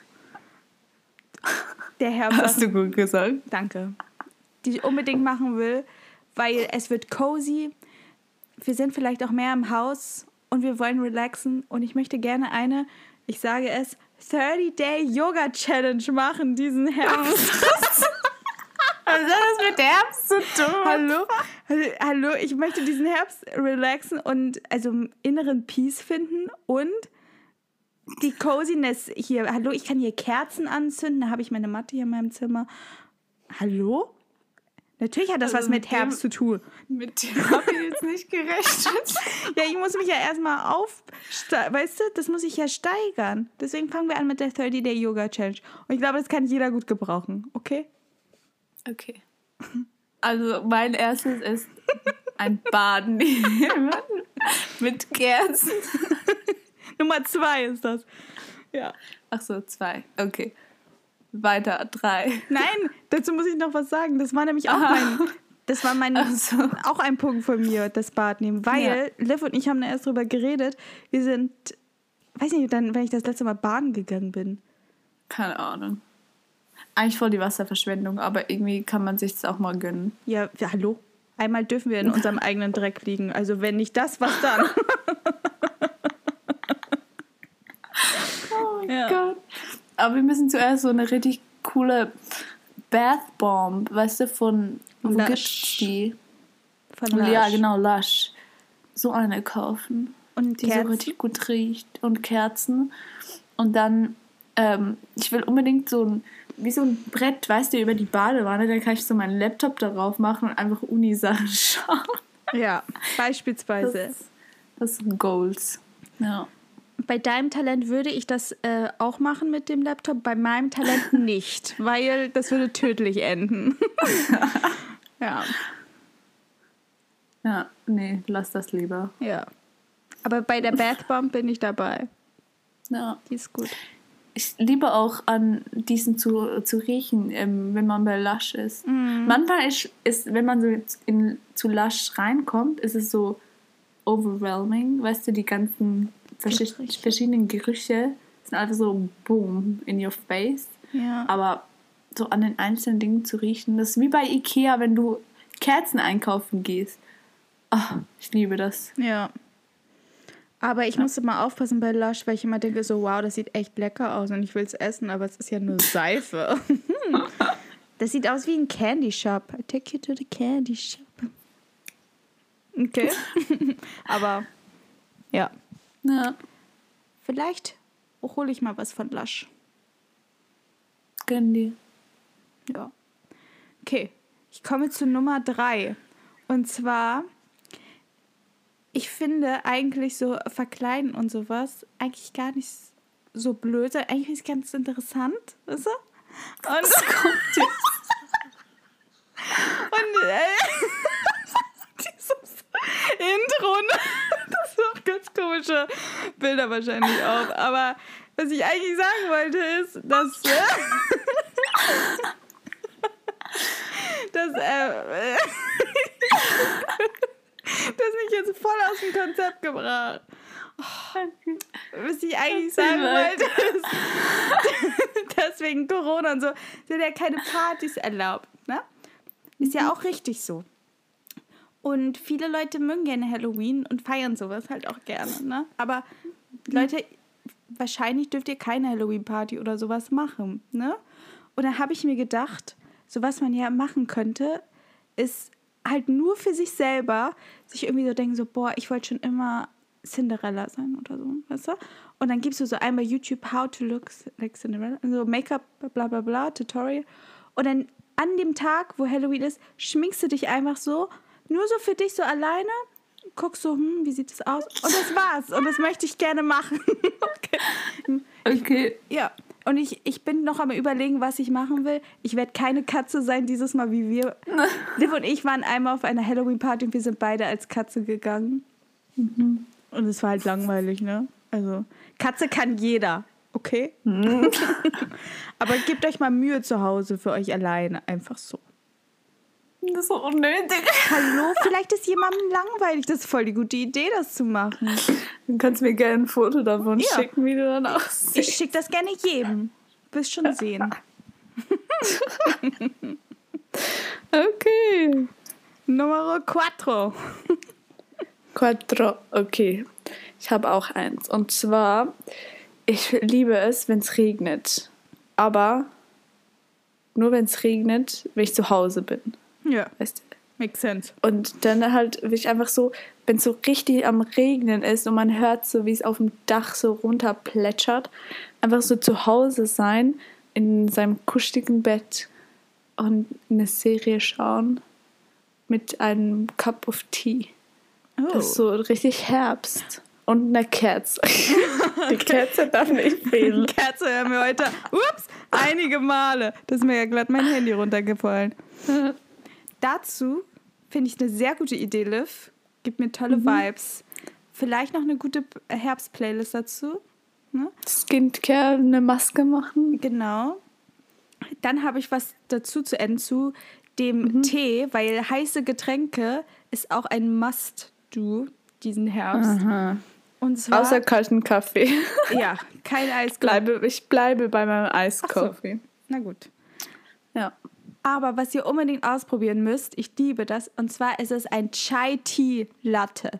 Der Herbst. Hast du gut gesagt. Danke. Die ich unbedingt machen will, weil es wird cozy. Wir sind vielleicht auch mehr im Haus und wir wollen relaxen und ich möchte gerne eine, ich sage es, 30-Day-Yoga-Challenge machen diesen Herbst. Was hat das mit Herbst zu tun? Hallo, ich möchte diesen Herbst relaxen und also inneren Peace finden und die Coziness hier. Hallo, ich kann hier Kerzen anzünden, da habe ich meine Matte hier in meinem Zimmer. Hallo? Natürlich hat das was mit Herbst zu tun. Mit dem habe ich jetzt nicht gerechnet. Ja, ich muss mich ja erstmal weißt du, das muss ich ja steigern. Deswegen fangen wir an mit der 30-Day-Yoga-Challenge. Und ich glaube, das kann jeder gut gebrauchen, okay? Okay. Also mein erstes ist ein Bad nehmen mit Kerzen. Nummer 2 ist das. Ja. Ach so, 2. Okay. Weiter, 3. Nein, dazu muss ich noch was sagen. Das war nämlich auch auch ein Punkt von mir, das Bad nehmen. Weil Liv und ich haben da erst drüber geredet. Wir sind, weiß nicht, dann, wenn ich das letzte Mal baden gegangen bin. Keine Ahnung. Eigentlich voll die Wasserverschwendung, aber irgendwie kann man sich das auch mal gönnen. Ja, hallo? Einmal dürfen wir in unserem eigenen Dreck liegen. Also wenn nicht das, was dann? Oh mein Gott. Aber wir müssen zuerst so eine richtig coole Bath Bomb, weißt du, wo Lush. gibt's die? Von Lush. Ja, genau, Lush. So eine kaufen. Und die Kerzen. so richtig gut riecht. Und Kerzen. Und dann, ich will unbedingt wie so ein Brett, weißt du, über die Badewanne, dann kann ich so meinen Laptop darauf machen und einfach Uni-Sachen schauen. Ja, beispielsweise. Das sind Goals. Ja. Bei deinem Talent würde ich das auch machen mit dem Laptop, bei meinem Talent nicht, weil das würde tödlich enden. Ja. Ja, nee, lass das lieber. Ja. Aber bei der Bath Bomb bin ich dabei. Ja. Die ist gut. Ich liebe auch an diesen zu riechen, wenn man bei Lush ist. Manchmal ist, wenn man so zu Lush reinkommt, ist es so overwhelming. Weißt du, die ganzen verschiedenen Gerüche sind einfach so boom in your face. Ja. Aber so an den einzelnen Dingen zu riechen, das ist wie bei Ikea, wenn du Kerzen einkaufen gehst. Oh, ich liebe das. Ja. Aber ich musste mal aufpassen bei Lush, weil ich immer denke so, wow, das sieht echt lecker aus und ich will es essen, aber es ist ja nur Seife. Das sieht aus wie ein Candy Shop. I take you to the Candy Shop. Okay. Aber, ja. Ja, Vielleicht hole ich mal was von Lush. gönn dir. Ja. Okay, ich komme zu Nummer 3. Und zwar, ich finde eigentlich so verkleiden und sowas eigentlich gar nicht so blöd. Eigentlich ist es ganz interessant, weißt du? Und Was kommt jetzt? Und dieses Intro, ne? Das sind auch ganz komische Bilder wahrscheinlich auch. Aber was ich eigentlich sagen wollte ist, dass das mich jetzt voll aus dem Konzept gebracht. Was ich eigentlich sagen wollte ist, deswegen Corona und so, sind ja keine Partys erlaubt, ne? Ist ja auch richtig so. Und viele Leute mögen gerne Halloween und feiern sowas halt auch gerne, ne? Aber Leute, wahrscheinlich dürft ihr keine Halloween-Party oder sowas machen, ne? Und dann habe ich mir gedacht, so was man ja machen könnte, ist halt nur für sich selber sich irgendwie so denken, so, boah, ich wollte schon immer Cinderella sein oder so, weißt du? Und dann gibst du so ein bei YouTube, how to look like Cinderella, so Make-up, bla bla bla, Tutorial. Und dann an dem Tag, wo Halloween ist, schminkst du dich einfach so, nur so für dich so alleine, guckst so, wie sieht das aus? Und das war's. Und das möchte ich gerne machen. Okay. Ja. Und ich bin noch am Überlegen, was ich machen will. Ich werde keine Katze sein dieses Mal wie wir. Liv und ich waren einmal auf einer Halloween-Party und wir sind beide als Katze gegangen. Und es war halt langweilig, ne? Also, Katze kann jeder, okay? Aber gebt euch mal Mühe zu Hause für euch alleine. Einfach so. Das ist so unnötig. Hallo, vielleicht ist jemandem langweilig. Das ist voll die gute Idee, das zu machen. Dann kannst du mir gerne ein Foto davon Ja. schicken, wie du dann aussiehst. Ich schicke das gerne jedem. Wirst schon sehen. Okay. Numero 4. Quattro. Okay. Ich habe auch eins. Und zwar, ich liebe es, wenn es regnet. Aber nur wenn es regnet, wenn ich zu Hause bin. Ja, Weißt du? makes sense. Und dann halt will ich einfach so, wenn es so richtig am Regnen ist und man hört so, wie es auf dem Dach so runter plätschert, einfach so zu Hause sein, in seinem kuscheligen Bett und eine Serie schauen mit einem Cup of Tea. Oh. Das ist so richtig Herbst. Und eine Kerze. Die Kerze darf nicht fehlen. Kerze haben wir heute, einige Male. Das ist mir ja glatt mein Handy runtergefallen. Dazu finde ich eine sehr gute Idee, Liv. Gibt mir tolle Vibes. Vielleicht noch eine gute Herbst-Playlist dazu. Ne? Skincare, eine Maske machen. Genau. Dann habe ich was dazu zu enden zu dem Tee, weil heiße Getränke ist auch ein Must-Do diesen Herbst. Aha. Und zwar, Außer kalten Kaffee. ja, kein Eiskaffee. Ich bleibe bei meinem Eiskaffee. Na gut. Ja. Aber was ihr unbedingt ausprobieren müsst, ich liebe das, und zwar ist es ein Chai Tea Latte.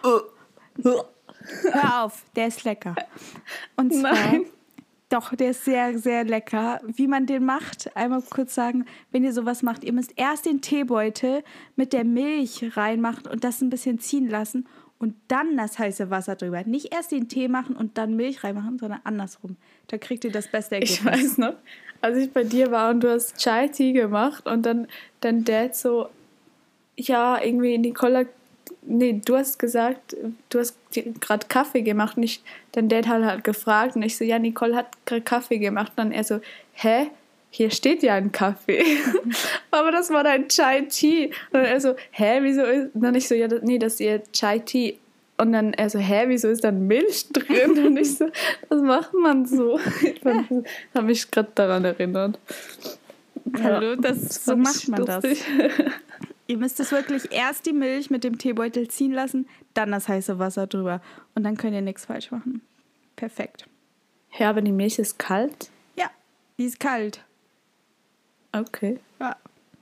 Hör auf, der ist lecker. Und zwar, Nein. doch, der ist sehr, sehr lecker. Wie man den macht, einmal kurz sagen, wenn ihr sowas macht, ihr müsst erst den Teebeutel mit der Milch reinmachen und das ein bisschen ziehen lassen und dann das heiße Wasser drüber. Nicht erst den Tee machen und dann Milch reinmachen, sondern andersrum. Da kriegt ihr das beste Ergebnis. Ich weiß noch, als ich bei dir war und du hast Chai Tea gemacht und dann dein Dad so, ja, irgendwie Nicola, nee, du hast gesagt, du hast gerade Kaffee gemacht und dein Dad hat halt gefragt und ich so, ja, Nicole hat gerade Kaffee gemacht und dann er so, hä? Hier steht ja ein Kaffee. Aber das war dein Chai Tea. Und dann er so, hä, wieso ist... Und dann ich so, ja, nee, das ist ihr Chai Tea. Und dann er so, hä, wieso ist da Milch drin? Und ich so, das macht man so. Ich habe mich gerade daran erinnert. Hallo, Ja, so macht man lustig. das. Ihr müsst es wirklich erst die Milch mit dem Teebeutel ziehen lassen, dann das heiße Wasser drüber. Und dann könnt ihr nichts falsch machen. Perfekt. Ja, aber die Milch ist kalt? Ja, die ist kalt. Okay. Ja.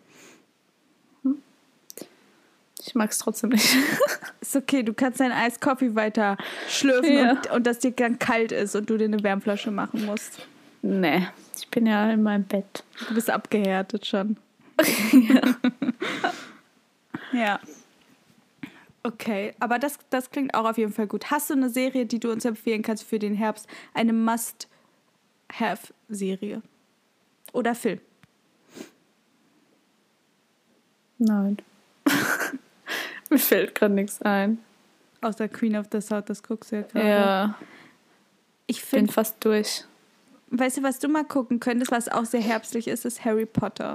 Ich mag es trotzdem nicht. Ist okay, du kannst deinen Eiskaffee weiter schlürfen Ja. und dass dir dann kalt ist und du dir eine Wärmflasche machen musst. Nee, ich bin ja in meinem Bett. Du bist abgehärtet schon. Ja. Okay, aber das klingt auch auf jeden Fall gut. Hast du eine Serie, die du uns empfehlen kannst für den Herbst? Eine Must-Have-Serie? Oder Film? Nein. Mir fällt gerade nichts ein. Außer Queen of the South, das guckst du ja gerade. Ja, Ich bin finde, fast durch. weißt du, was du mal gucken könntest, was auch sehr herbstlich ist, ist Harry Potter.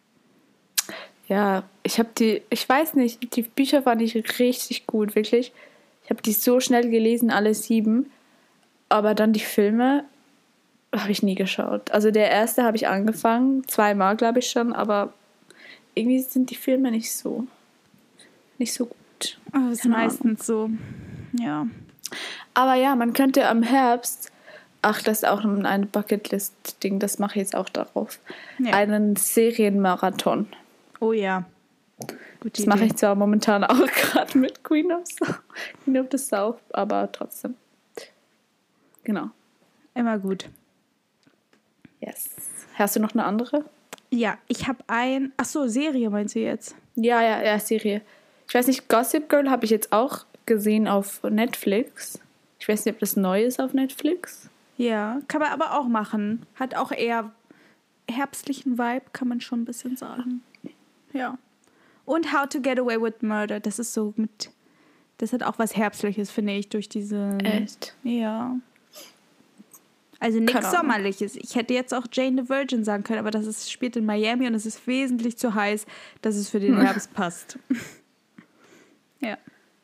Ja, ich weiß nicht, die Bücher fand ich richtig gut, wirklich. Ich habe die so schnell gelesen, alle 7. Aber dann die Filme habe ich nie geschaut. Also der erste habe ich angefangen, 2-mal glaube ich schon, aber irgendwie sind die Filme nicht so gut. Oh, das ist Keine meistens so. Ja. Aber ja, man könnte am Herbst, ach, das ist auch ein Bucketlist-Ding, das mache ich jetzt auch darauf, Ja. einen Serienmarathon. Oh ja. Gute Das mache Idee. ich zwar momentan auch gerade mit Queen of the South, aber trotzdem. Genau. Immer gut. Yes. Hast du noch eine andere? Ja, ich habe Serie meinst du jetzt? Ja, Serie. Ich weiß nicht, Gossip Girl habe ich jetzt auch gesehen auf Netflix. Ich weiß nicht, ob das neu ist auf Netflix. Ja, kann man aber auch machen. Hat auch eher herbstlichen Vibe, kann man schon ein bisschen sagen. Ja. Und How to Get Away with Murder, das ist so das hat auch was Herbstliches, finde ich, durch diese... Echt? Ja. Also nichts Keine Ahnung. Sommerliches. Ich hätte jetzt auch Jane the Virgin sagen können, aber spielt in Miami und es ist wesentlich zu heiß, dass es für den Herbst passt. Ja.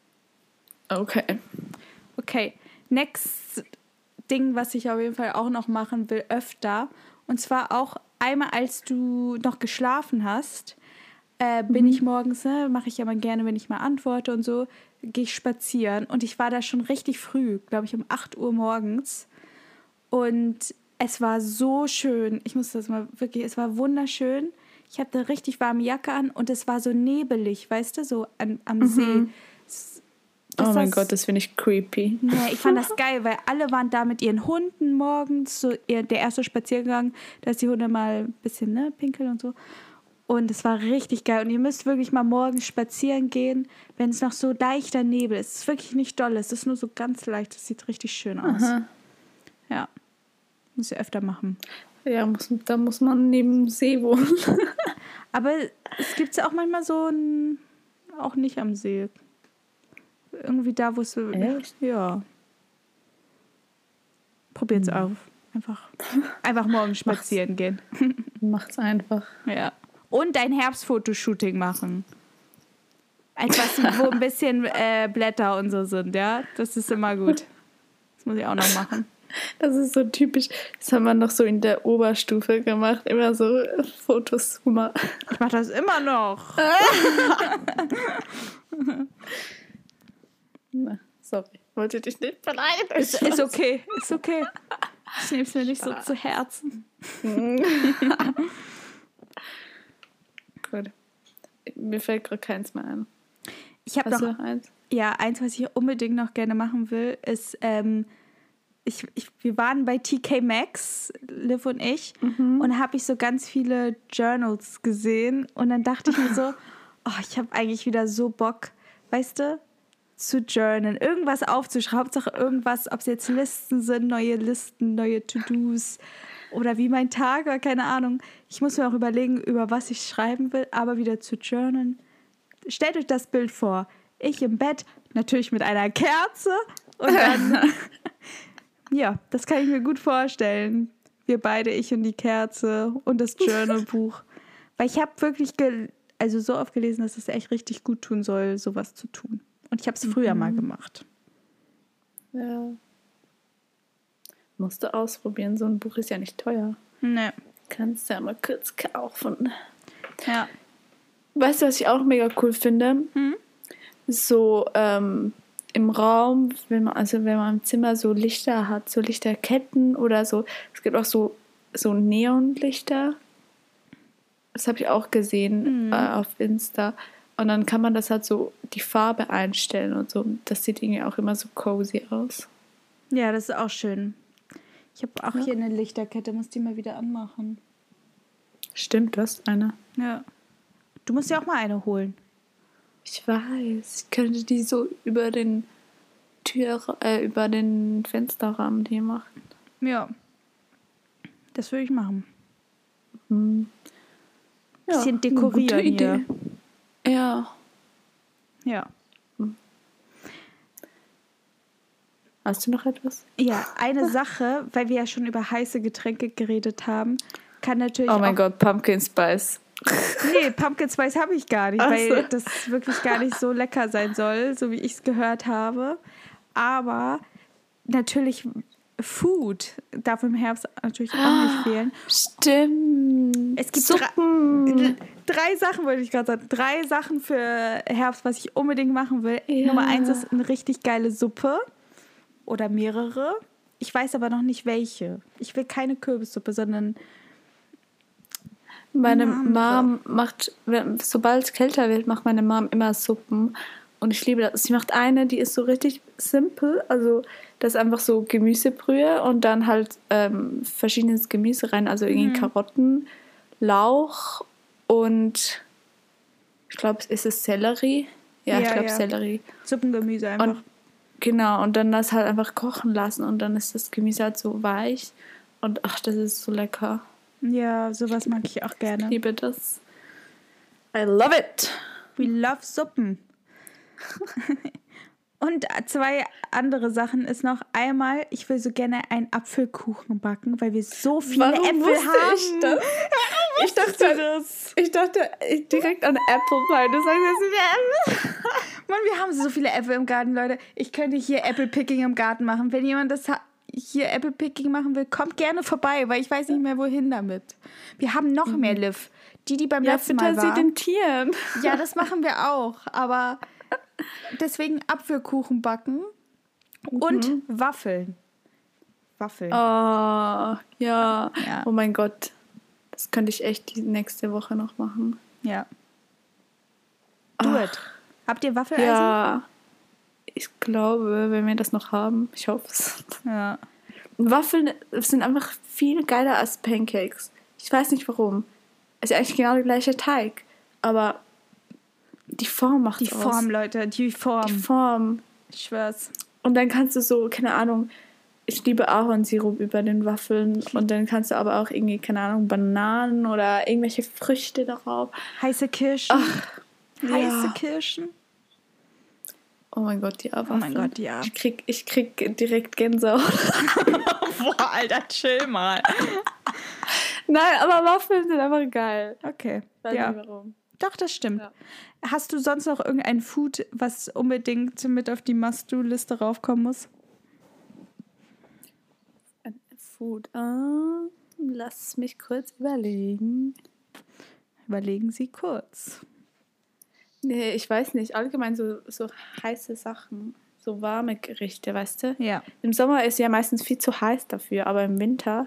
Okay. Okay. Next Ding, was ich auf jeden Fall auch noch machen will, öfter. Und zwar auch einmal, als du noch geschlafen hast, bin ich morgens, mache ich aber gerne, wenn ich mal antworte und so, gehe ich spazieren. Und ich war da schon richtig früh, glaube ich, um 8 Uhr morgens. Und es war so schön. Ich muss das mal wirklich, es war wunderschön. Ich hatte eine richtig warme Jacke an und es war so nebelig, weißt du, so am See. Oh mein Gott, das finde ich creepy. Ja, ich fand das geil, weil alle waren da mit ihren Hunden morgens, so der erste Spaziergang, dass die Hunde mal ein bisschen pinkeln und so. Und es war richtig geil. Und ihr müsst wirklich mal morgens spazieren gehen, wenn es noch so leichter Nebel ist. Es ist wirklich nicht doll, es ist nur so ganz leicht. Es sieht richtig schön aus. Aha. Ja, muss ich öfter machen. Ja, da muss man neben dem See wohnen. Aber es gibt ja auch manchmal so auch nicht am See. Irgendwie da, wo es so... Echt? Ja. Probiert's auf. Einfach morgen spazieren gehen. Macht's einfach. Ja. Und ein Herbstfotoshooting machen. Etwas, wo ein bisschen Blätter und so sind, ja? Das ist immer gut. Das muss ich auch noch machen. Das ist so typisch. Das haben wir noch so in der Oberstufe gemacht. Immer so Fotos. Ich mache das immer noch. Na, sorry, wollte dich nicht beleidigen. Ist okay, ist okay. Ich nehme es mir nicht so zu Herzen. Gut. Mir fällt gerade keins mehr ein. Ich habe noch eins. Ja, eins, was ich unbedingt noch gerne machen will, ist, wir waren bei TK Maxx, Liv und ich, und da habe ich so ganz viele Journals gesehen und dann dachte ich mir so, ich habe eigentlich wieder so Bock, weißt du, zu journalen, irgendwas aufzuschreiben, Hauptsache irgendwas, ob es jetzt Listen sind, neue To-Dos oder wie mein Tag war, keine Ahnung. Ich muss mir auch überlegen, über was ich schreiben will, aber wieder zu journalen. Stellt euch das Bild vor. Ich im Bett, natürlich mit einer Kerze und dann, ja, das kann ich mir gut vorstellen. Wir beide, ich und die Kerze und das Journalbuch. Weil ich habe wirklich so oft gelesen, dass es echt richtig gut tun soll, sowas zu tun. Und ich habe es früher mal gemacht. Ja. Musst du ausprobieren. So ein Buch ist ja nicht teuer. Ne. Kannst ja mal kurz kaufen. Ja. Weißt du, was ich auch mega cool finde? So im Raum, wenn man im Zimmer so Lichter hat, so Lichterketten oder so. Es gibt auch so Neonlichter. Das habe ich auch gesehen auf Insta. Und dann kann man das halt so die Farbe einstellen und so. Das sieht irgendwie auch immer so cozy aus. Ja, das ist auch schön. Ich habe auch hier eine Lichterkette, muss die mal wieder anmachen. Stimmt, du hast eine. Ja. Du musst ja auch mal eine holen. Ich weiß. Ich könnte die so über den über den Fensterrahmen hier machen. Ja. Das würde ich machen. Ja, bisschen dekorieren eine gute Idee. hier. Ja. Ja. Hast du noch etwas? Ja, eine Sache, weil wir ja schon über heiße Getränke geredet haben, kann natürlich Oh mein Gott, Pumpkin Spice. Nee, Pumpkin Spice habe ich gar nicht, weil das wirklich gar nicht so lecker sein soll, so wie ich es gehört habe. Aber natürlich Food darf im Herbst natürlich auch nicht fehlen. Stimmt. Es gibt Suppen. drei Sachen, wollte ich gerade sagen. 3 Sachen für Herbst, was ich unbedingt machen will. Ja. Nummer 1 ist eine richtig geile Suppe. Oder mehrere. Ich weiß aber noch nicht welche. Ich will keine Kürbissuppe, sondern Meine Mom macht, sobald es kälter wird, macht meine Mom immer Suppen. Und ich liebe das. Sie macht eine, die ist so richtig simpel. Also das ist einfach so Gemüsebrühe und dann halt verschiedenes Gemüse rein. Also irgendwie Karotten, Lauch und ich glaube, ist es Sellerie? Ja, ich glaube Sellerie. Suppengemüse einfach. Und genau, und dann das halt einfach kochen lassen und dann ist das Gemüse halt so weich. Und ach, das ist so lecker. Ja, sowas mag ich auch gerne. Ich liebe das. I love it. We love Suppen. Und 2 andere Sachen ist noch einmal, ich will so gerne einen Apfelkuchen backen, weil wir so viele Warum Äpfel wusste haben. ich das? Ich dachte direkt an Apple Pie. Du sagst jetzt nicht Apple. Mann, wir haben so viele Äpfel im Garten, Leute. Ich könnte hier Apple Picking im Garten machen. Wenn jemand das hier Apple Picking machen will, kommt gerne vorbei, weil ich weiß nicht mehr, wohin damit. Wir haben noch mehr Liv. Die beim letzten Mal war. Ja, den Tieren. Ja, das machen wir auch. Aber deswegen Apfelkuchen backen und Waffeln. Waffeln. Oh, ja. Oh mein Gott. Das könnte ich echt die nächste Woche noch machen. Ja. Do it. Habt ihr Waffeleisen? Ja. Ich glaube, wenn wir das noch haben, ich hoffe es. Ja. Waffeln sind einfach viel geiler als Pancakes. Ich weiß nicht warum. Es ist eigentlich genau der gleiche Teig, aber die Form macht Die aus. Form, Leute, die Form. Die Form. Ich schwör's. Und dann kannst du so, keine Ahnung, ich liebe Ahornsirup über den Waffeln und dann kannst du aber auch irgendwie, keine Ahnung, Bananen oder irgendwelche Früchte darauf. Heiße Kirschen. Heiße ja. Kirschen. Oh mein Gott, ja. Oh mein Gott, ja. Ich krieg direkt Gänsehaut. Boah, Alter, chill mal. Nein, aber Waffeln sind einfach geil. Okay, Weiß ja. nicht warum. Doch, das stimmt. Ja. Hast du sonst noch irgendein Food, was unbedingt mit auf die Must-Do-Liste raufkommen muss? Food. Lass mich kurz überlegen. Überlegen Sie kurz. Nee, ich weiß nicht. Allgemein so heiße Sachen. So warme Gerichte, weißt du? Ja. Im Sommer ist ja meistens viel zu heiß dafür, aber im Winter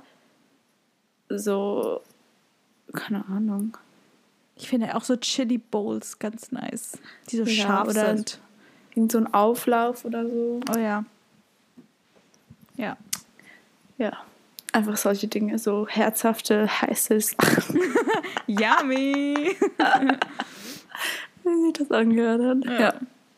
so, keine Ahnung. Ich finde auch so Chili Bowls ganz nice, die so Ja, scharf oder sind. Irgend so ein Auflauf oder so. Oh ja. Ja. Ja. Einfach solche Dinge, so herzhafte, heiße Sachen, Yummy! wie sich das angehört hat. Ja.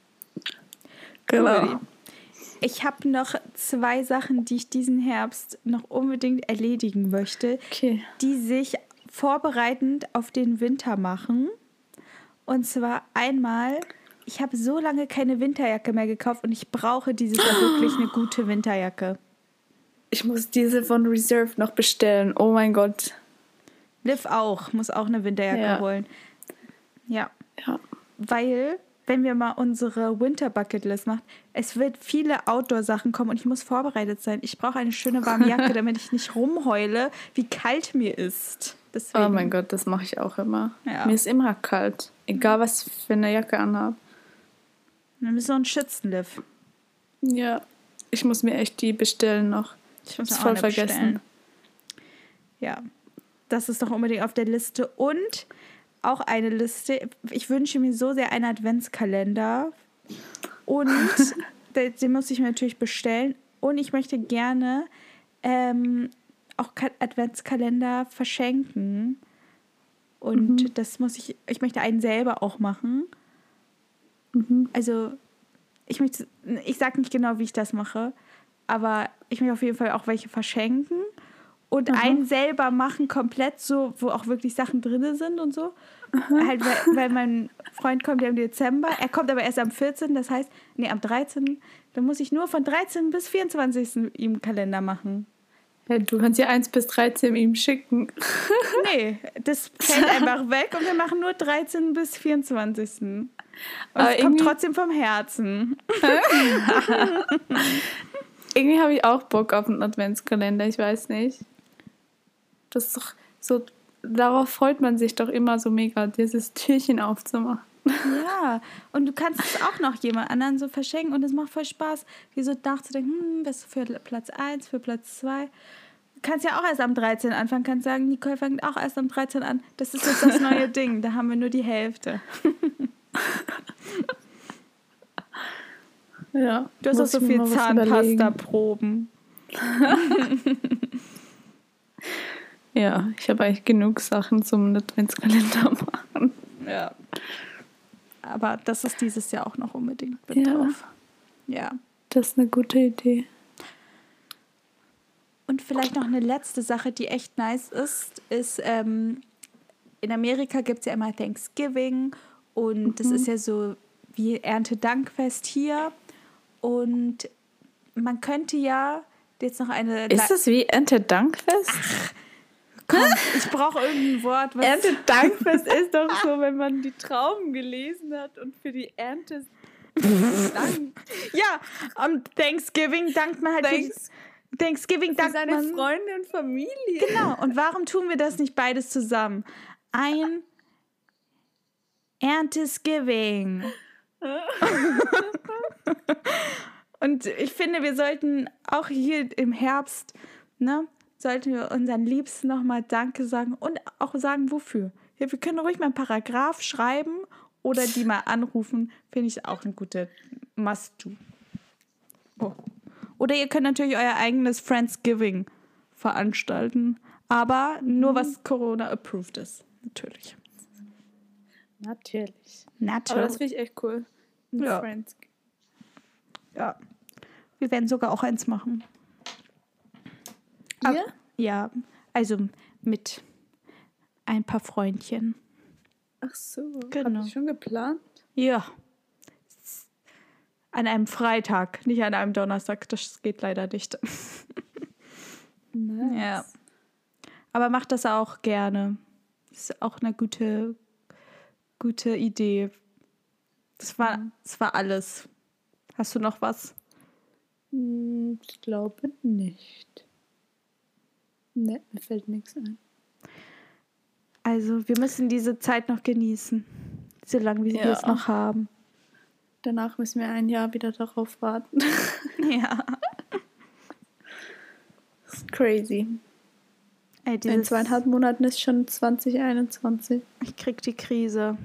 Genau. Genau. Ich habe noch 2 Sachen, die ich diesen Herbst noch unbedingt erledigen möchte, Okay. die sich vorbereitend auf den Winter machen. Und zwar einmal, ich habe so lange keine Winterjacke mehr gekauft und ich brauche dieses Jahr wirklich eine gute Winterjacke. Ich muss diese von Reserve noch bestellen. Oh mein Gott. Liv auch, muss auch eine Winterjacke Ja. holen. Ja, Ja. weil, wenn wir mal unsere Winter-Bucket-List machen, es wird viele Outdoor-Sachen kommen und ich muss vorbereitet sein. Ich brauche eine schöne warme Jacke, damit ich nicht rumheule, wie kalt mir ist. Deswegen. Oh mein Gott, das mache ich auch immer. Ja. Mir ist immer kalt. Egal, was ich für eine Jacke anhabe. Wir müssen uns schützen, Liv. Ja. Ich muss mir echt die bestellen noch. Ich muss hab's auch voll eine vergessen. bestellen. Ja, das ist doch unbedingt auf der Liste. Und auch eine Liste. Ich wünsche mir so sehr einen Adventskalender. Und den muss ich mir natürlich bestellen. Und ich möchte gerne auch Adventskalender verschenken. Und das muss ich möchte einen selber auch machen. Also, ich sage nicht genau, wie ich das mache, aber ich möchte auf jeden Fall auch welche verschenken und einen selber machen, komplett so, wo auch wirklich Sachen drin sind und so. Halt, weil mein Freund kommt ja im Dezember, er kommt aber erst am 14., das heißt, am 13., dann muss ich nur von 13. bis 24. ihm einen Kalender machen. Ja, du kannst ja 1 bis 13 ihm schicken. Nee, das fällt einfach weg und wir machen nur 13. bis 24. Und Aber es kommt trotzdem vom Herzen. Irgendwie habe ich auch Bock auf einen Adventskalender, ich weiß nicht. Das ist doch so, darauf freut man sich doch immer so mega, dieses Türchen aufzumachen. Ja, und du kannst es auch noch jemand anderen so verschenken und es macht voll Spaß, wie so nachzudenken, was für Platz 1, für Platz 2. Du kannst ja auch erst am 13 anfangen, kannst sagen, Nicole fängt auch erst am 13 an. Das ist jetzt das neue Ding, da haben wir nur die Hälfte. Ja. Du hast auch so viel Zahnpasta-Proben. Ja, ich habe eigentlich genug Sachen zum Adventskalender machen. Ja. Aber das ist dieses Jahr auch noch unbedingt mit drauf. Ja. Das ist eine gute Idee. Und vielleicht noch eine letzte Sache, die echt nice ist in Amerika gibt es ja immer Thanksgiving und das ist ja so wie Erntedankfest hier und man könnte ja jetzt noch eine... Ist das wie Erntedankfest? Komm, ich brauche irgendein Wort. Was Erntedankfest ist doch so, wenn man die Trauben gelesen hat und für die Ernte dankt. Ja, am Thanksgiving dankt man halt Thanksgiving Für dankt seine man... Freunde und Familie. Genau, und warum tun wir das nicht beides zusammen? Ein Erntesgiving. Und ich finde, wir sollten auch hier im Herbst, sollten wir unseren Liebsten nochmal Danke sagen und auch sagen, wofür. Ja, wir können ruhig mal einen Paragraph schreiben oder die mal anrufen. Finde ich auch eine gute Must-Do. Oh. Oder ihr könnt natürlich euer eigenes Friendsgiving veranstalten. Aber nur was Corona-approved ist. Natürlich. Natürlich. Aber das finde ich echt cool. Ja. Friends. Ja. Wir werden sogar auch eins machen. Ihr? Ja, also mit ein paar Freundchen. Ach so. Genau. Habt ihr schon geplant? Ja. An einem Freitag, nicht an einem Donnerstag. Das geht leider nicht. Nice. Ja. Aber macht das auch gerne. Das ist auch eine gute Idee. Das war alles. Hast du noch was? Ich glaube nicht. Ne, mir fällt nichts ein. Also, wir müssen diese Zeit noch genießen. Solange wir es noch haben. Danach müssen wir ein Jahr wieder darauf warten. Ja. Das ist crazy. Ey, In 2,5 Monaten ist schon 2021. Ich krieg die Krise.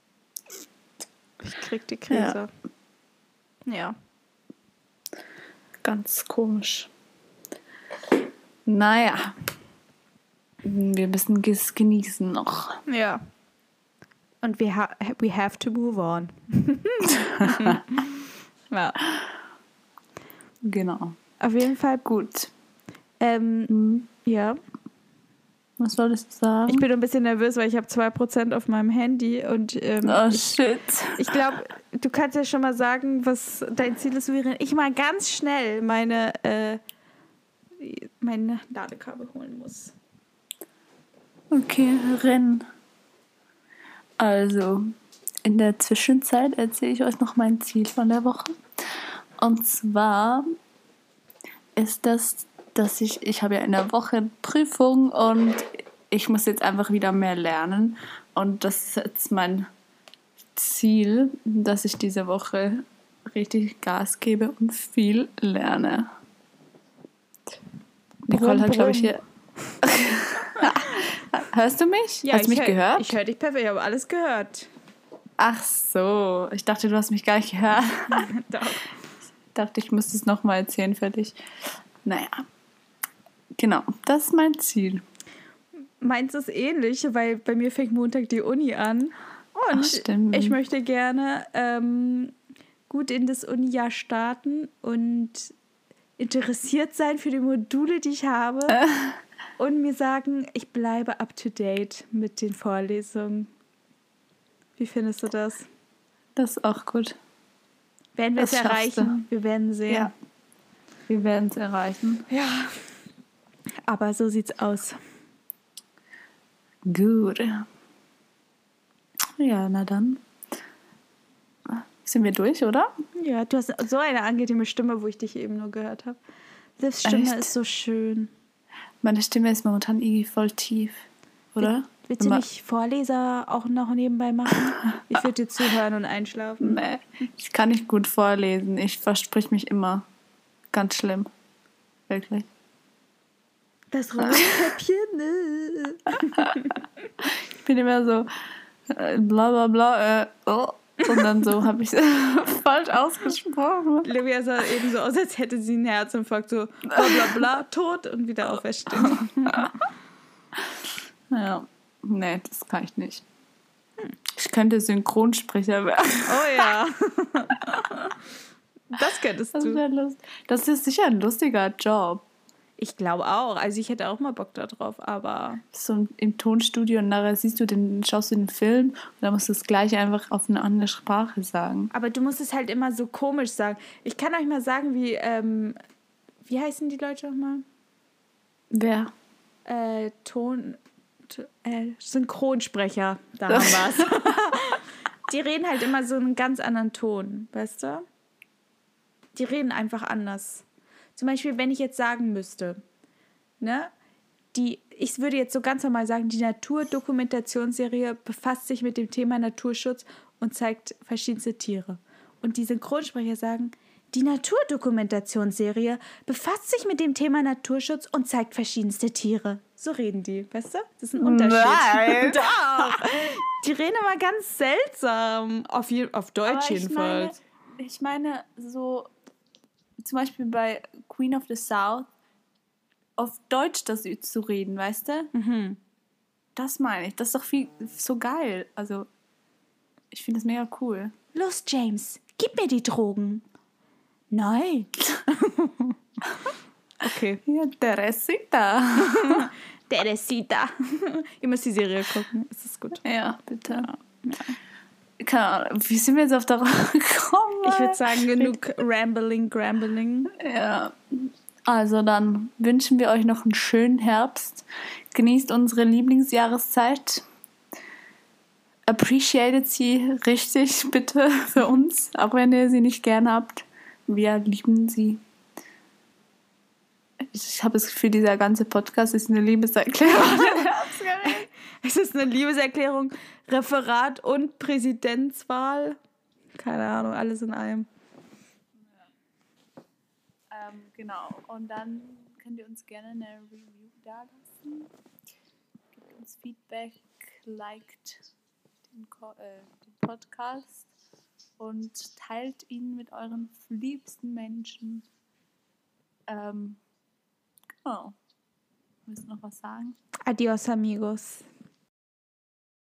Ja. Ganz komisch. Naja. Wir müssen es genießen noch. Ja. Und we have to move on. Ja. Genau. Auf jeden Fall. Gut. Ja. Was solltest du sagen? Ich bin ein bisschen nervös, weil ich habe 2% auf meinem Handy und shit. ich glaube, du kannst ja schon mal sagen, was dein Ziel ist, während ich mal ganz schnell mein Ladekabel holen muss. Okay, renn. Also, in der Zwischenzeit erzähle ich euch noch mein Ziel von der Woche. Und zwar ist das, dass ich habe ja in der Woche Prüfung und ich muss jetzt einfach wieder mehr lernen. Und das ist jetzt mein Ziel, dass ich diese Woche richtig Gas gebe und viel lerne. Nicole hat, glaube ich, hier... Hörst du mich? Ja, hast du mich gehört? Ich höre dich perfekt, ich habe alles gehört. Ach so, ich dachte, du hast mich gar nicht gehört. Doch. Ich dachte, ich müsste es nochmal erzählen für dich. Naja, genau, das ist mein Ziel. Meins ist ähnlich, weil bei mir fängt Montag die Uni an. Und stimmt. Ich möchte gerne gut in das Uni-Jahr starten und interessiert sein für die Module, die ich habe. Und mir sagen, ich bleibe up to date mit den Vorlesungen. Wie findest du das? Das ist auch gut. Werden wir es Das schaffst erreichen? Wir werden sehen. Ja, wir werden es erreichen. Ja. Aber so sieht's aus. Gut. Ja, na dann. Sind wir durch, oder? Ja, du hast so eine angenehme Stimme, wo ich dich eben nur gehört habe. Livs Stimme Echt? ist so schön. Meine Stimme ist momentan irgendwie voll tief, oder? Willst du nicht Vorleser auch noch nebenbei machen? Ich würde dir zuhören und einschlafen. Nee, ich kann nicht gut vorlesen. Ich versprich mich immer. Ganz schlimm. Wirklich. Das Rollkäppchen. Ich bin immer so bla bla bla. Oh. Und dann so habe ich es falsch ausgesprochen. Livia sah eben so aus, als hätte sie einen Herzinfarkt. So bla bla bla, tot und wieder auferstehen. Ja, nee, das kann ich nicht. Ich könnte Synchronsprecher werden. Oh ja. Das könntest du. Das ist sicher ein lustiger Job. Ich glaube auch. Also ich hätte auch mal Bock da drauf, aber... So im Tonstudio und nachher schaust du den Film und dann musst du das gleich einfach auf eine andere Sprache sagen. Aber du musst es halt immer so komisch sagen. Ich kann euch mal sagen, wie heißen die Leute nochmal? Wer? Synchronsprecher. Da haben wir es. Die reden halt immer so einen ganz anderen Ton, weißt du? Die reden einfach anders. Zum Beispiel, wenn ich jetzt sagen müsste, ne, ich würde jetzt so ganz normal sagen, die Naturdokumentationsserie befasst sich mit dem Thema Naturschutz und zeigt verschiedenste Tiere. Und die Synchronsprecher sagen, die Naturdokumentationsserie befasst sich mit dem Thema Naturschutz und zeigt verschiedenste Tiere. So reden die, weißt du? Das ist ein Unterschied. Nein. Doch. Die reden immer ganz seltsam. Auf Deutsch jedenfalls. Ich meine so... zum Beispiel bei Queen of the South auf Deutsch das zu reden, weißt du? Mhm. Das meine ich. Das ist doch so geil. Also, ich finde das mega cool. Los, James, gib mir die Drogen. Nein. Okay. Ja, Teresita. Teresita. Ihr müsst die Serie gucken. Es ist gut. Ja, bitte. Ja. Keine Ahnung, wie sind wir jetzt auf darauf gekommen? Ich würde sagen, genug Grambling. Ja. Also dann wünschen wir euch noch einen schönen Herbst. Genießt unsere Lieblingsjahreszeit. Appreciated sie richtig, bitte, für uns. Auch wenn ihr sie nicht gern habt. Wir lieben sie. Ich habe das Gefühl, dieser ganze Podcast ist eine Liebeserklärung. Es ist eine Liebeserklärung, Referat und Präsidentswahl. Keine Ahnung, alles in einem. Genau. Und dann könnt ihr uns gerne eine Review da lassen. Gebt uns Feedback, liked den Podcast und teilt ihn mit euren liebsten Menschen. Genau. Willst du noch was sagen? Adios, amigos.